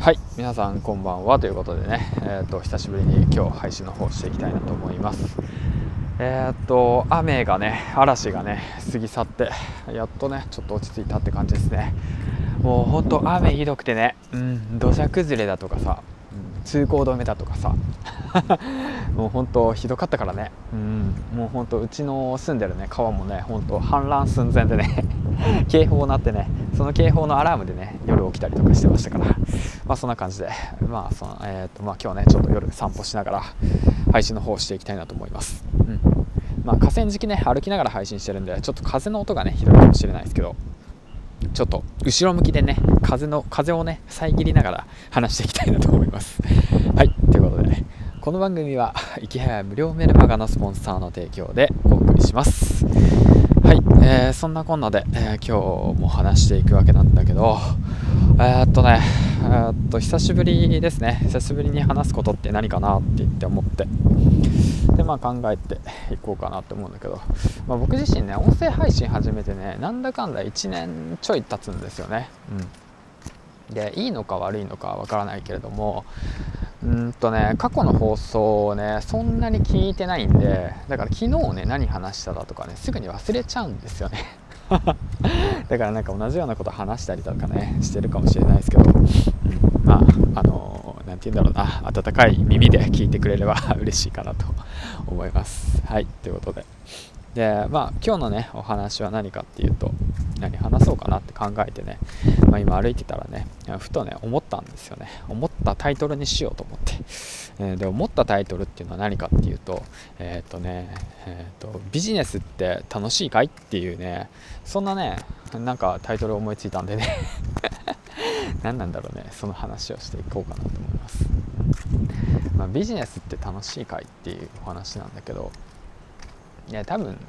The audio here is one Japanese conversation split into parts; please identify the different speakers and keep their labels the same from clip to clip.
Speaker 1: はい、皆さんこんばんはということでね、久しぶりに今日配信の方していきたいなと思います。雨がね、嵐がね過ぎ去ってやっとねちょっと落ち着いたって感じですね。もうほんと雨ひどくてね、土砂崩れだとかさ、通行止めだとかさもうほんとひどかったからね、もうほんとうちの住んでるね川もねほんと氾濫寸前でね警報鳴ってね、その警報のアラームでね夜起きたりとかしてましたから、そんな感じで今日ねちょっと夜散歩しながら配信の方をしていきたいなと思います。河川敷ね歩きながら配信してるんでちょっと風の音がねひどいかもしれないですけど、ちょっと後ろ向きでね風をね遮りながら話していきたいなと思います。はい、ということで、この番組は池早無料メルマガのスポンサーの提供でお送りします。はい、そんなこんなで、今日も話していくわけなんだけど、久しぶりですね。久しぶりに話すことって何かなって言って思ってで、考えていこうかなって思うんだけど、僕自身ね音声配信始めてねなんだかんだ1年ちょい経つんですよね。でいいのか悪いのかわからないけれども、過去の放送をねそんなに聞いてないんで、だから昨日ね何話しただとかねすぐに忘れちゃうんですよねだから同じようなこと話したりとかねしてるかもしれないですけど、なんて言うんだろうな、温かい耳で聞いてくれれば嬉しいかなと思います。はい、ということで今日のねお話は何かっていうと、何話そうかなって考えてね、今歩いてたらねふとね思ったんですよね。思ったタイトルにしようと思って、で思ったタイトルっていうのは何かっていうと、ビジネスって楽しいかいっていうね、そんなねタイトルを思いついたんでね何なんだろうね、その話をしていこうかなと思います。ビジネスって楽しいかいっていうお話なんだけど、多分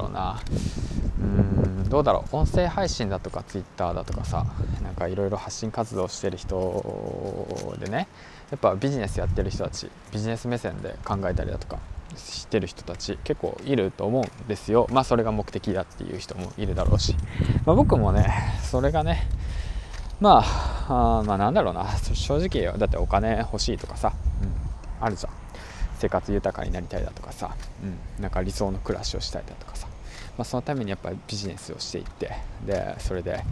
Speaker 1: どうだろう、音声配信だとかツイッターだとかさ、いろいろ発信活動してる人でね、やっぱビジネスやってる人たち、ビジネス目線で考えたりだとかしてる人たち結構いると思うんですよ。それが目的だっていう人もいるだろうし、僕もねそれがね正直よ、だってお金欲しいとかさ、あるじゃん。生活豊かになりたいだとかさ、理想の暮らしをしたいだとかさ、そのためにやっぱりビジネスをしていって、でそれで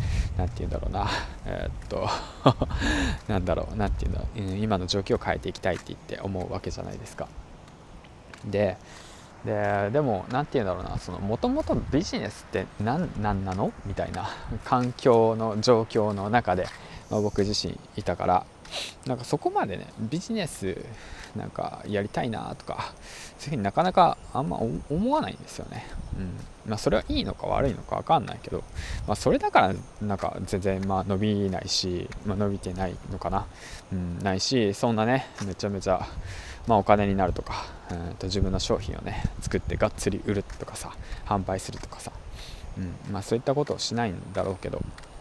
Speaker 1: 今の状況を変えていきたいって言って思うわけじゃないですか。でももともとビジネスって何なのみたいな環境の状況の中で、僕自身いたから、そこまでねビジネスやりたいなとかそういうふうになかなかあんま思わないんですよね。それはいいのか悪いのか分かんないけど、それだから全然伸びないし、伸びてないのかな、ないし、そんなねめちゃめちゃお金になるとか、自分の商品をね作ってがっつり売るとかさ、販売するとかさ、そういったことをしないんだろうけど、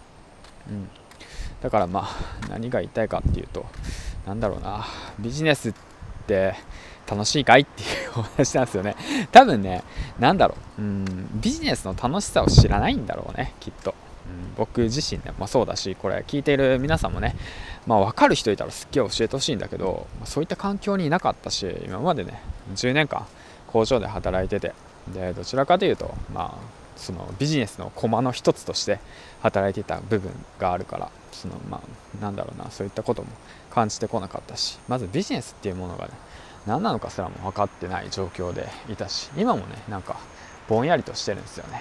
Speaker 1: だから何が言いたいかっていうと、ビジネスって楽しいかいっていうお話なんですよね。多分ねビジネスの楽しさを知らないんだろうね、きっと。僕自身ねそうだし、これ聞いている皆さんもね分かる人いたらすっげえ教えてほしいんだけど、そういった環境にいなかったし、今までね10年間工場で働いてて、でどちらかというとそのビジネスの駒の一つとして働いていた部分があるから、そういったことも感じてこなかったし、まずビジネスっていうものがね何なのかすらも分かってない状況でいたし、今もねぼんやりとしてるんですよね。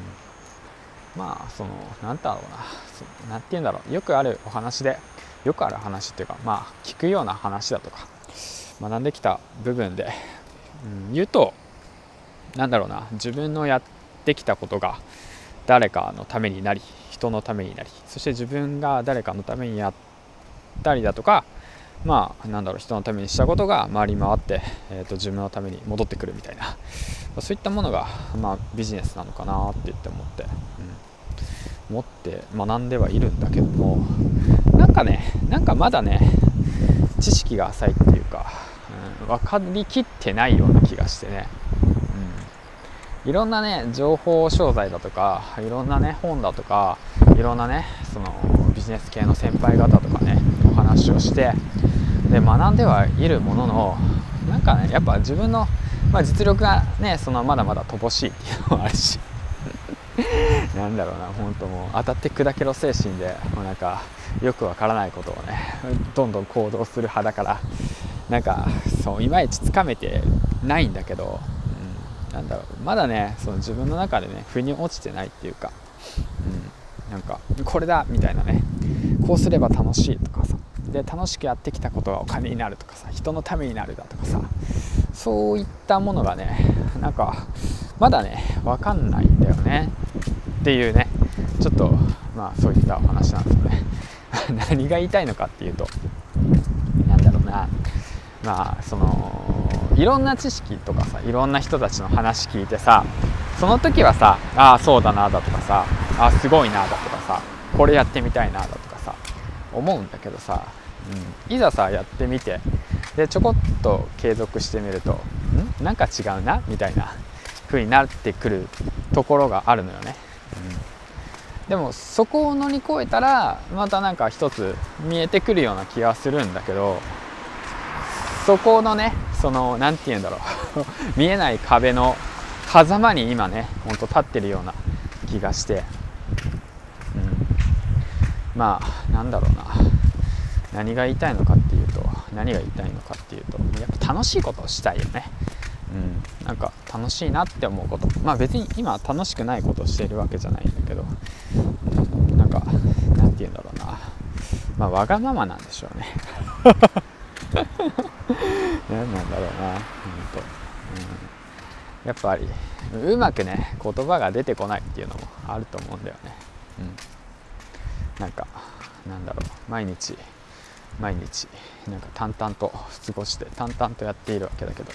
Speaker 1: よくあるお話で、よくある話っていうか聞くような話だとか学んできた部分で、言うと自分のやってきたことが誰かのためになり、人のためになり、そして自分が誰かのためにやったりだとか、人のためにしたことが回り回って、自分のために戻ってくるみたいな、そういったものがビジネスなのかなって思って学んではいるんだけども、まだね知識が浅いっていうか、分かりきってないような気がしてね、いろんなね情報商材だとか、いろんなね本だとか、いろんなねそのビジネス系の先輩方とかねお話話をして、で学んではいるものの、なんかねやっぱ自分の、実力がねまだまだ乏しいっていうのもあるしなんだろうな、本当もう当たって砕けろ精神で、もうなんかよくわからないことをねどんどん行動する派だから、なんかそういまいちつかめてないんだけど、なんだろう、まだね自分の中でね腑に落ちてないっていうか、なんかこれだみたいなね、こうすれば楽しいとかさ、で楽しくやってきたことがお金になるとかさ、人のためになるだとかさ、そういったものがねなんかまだね分かんないんだよねっていうね、ちょっとそういったお話なんですよね何が言いたいのかっていうと、なんだろうな、いろんな知識とかさ、いろんな人たちの話聞いてさ、その時はさ、ああそうだなだとかさ、ああすごいなだとかさ、これやってみたいなだとかさ思うんだけどさ、いざさやってみて、でちょこっと継続してみるとなんか違うなみたいな風になってくるところがあるのよね。でもそこを乗り越えたらまたなんか一つ見えてくるような気がするんだけど、そこのねなんて言うんだろう見えない壁の狭間に今ねほんと立ってるような気がして、なんだろうな、何が言いたいのかっていうと、やっぱ楽しいことをしたいよね。なんか楽しいなって思うこと、別に今楽しくないことをしているわけじゃないんだけど、なんかなんて言うんだろうな、わがままなんでしょうね何なんだろうな、やっぱりうまくね言葉が出てこないっていうのもあると思うんだよね。なんかなんだろう、毎日なんか淡々と過ごして淡々とやっているわけだけど、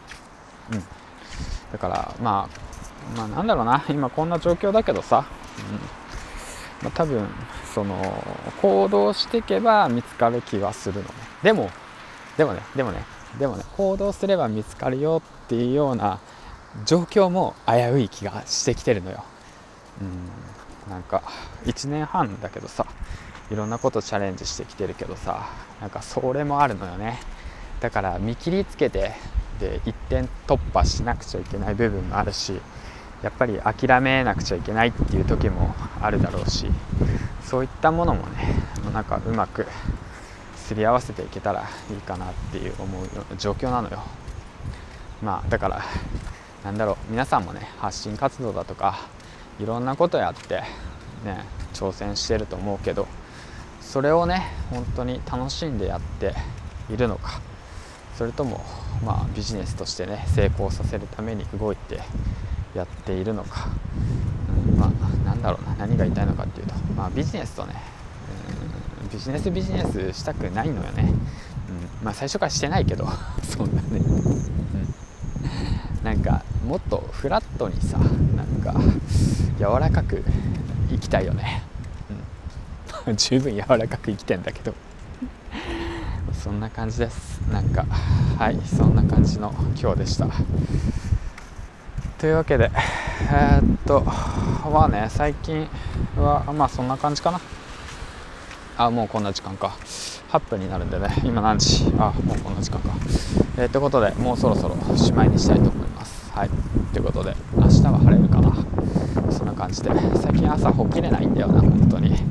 Speaker 1: だからなんだろうな、今こんな状況だけどさ、多分行動していけば見つかる気がするのね。でもね行動すれば見つかるよっていうような状況も危うい気がしてきてるのよ。なんか1年半だけどさ、いろんなことチャレンジしてきてるけどさ、なんかそれもあるのよね。だから見切りつけてで一点突破しなくちゃいけない部分もあるし、やっぱり諦めなくちゃいけないっていう時もあるだろうし、そういったものもねなんかうまくすり合わせていけたらいいかなっていう思うような状況なのよ。だからなんだろう、皆さんもね発信活動だとかいろんなことやってね挑戦してると思うけど、それをね本当に楽しんでやっているのか、それともビジネスとしてね成功させるために動いてやっているのか、なんだろうな、何が言いたいのかっていうと、ビジネスとね、ビジネスしたくないのよね。最初からしてないけどそんなね、なんかもっとフラットにさ、なんか柔らかく生きたいよね。十分柔らかく生きてんだけどそんな感じです。なんかそんな感じの今日でした。というわけで最近はそんな感じかな。もうこんな時間か、8分になるんでね、今何時、もうこんな時間か。ということでもうそろそろおしまいにしたいと思います。ということで明日は晴れるかな、そんな感じで、最近朝起きれないんだよな本当に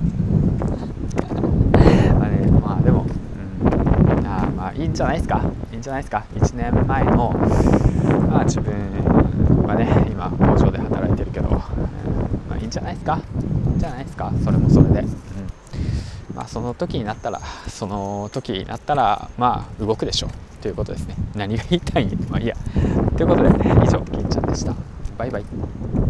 Speaker 1: でもいいんじゃないですか。1年前の、自分はね今工場で働いてるけど、いいんじゃないですか。それもそれで、その時になったら動くでしょうということですね。何が言いたいんいやということで、以上金ちゃんでした。バイバイ。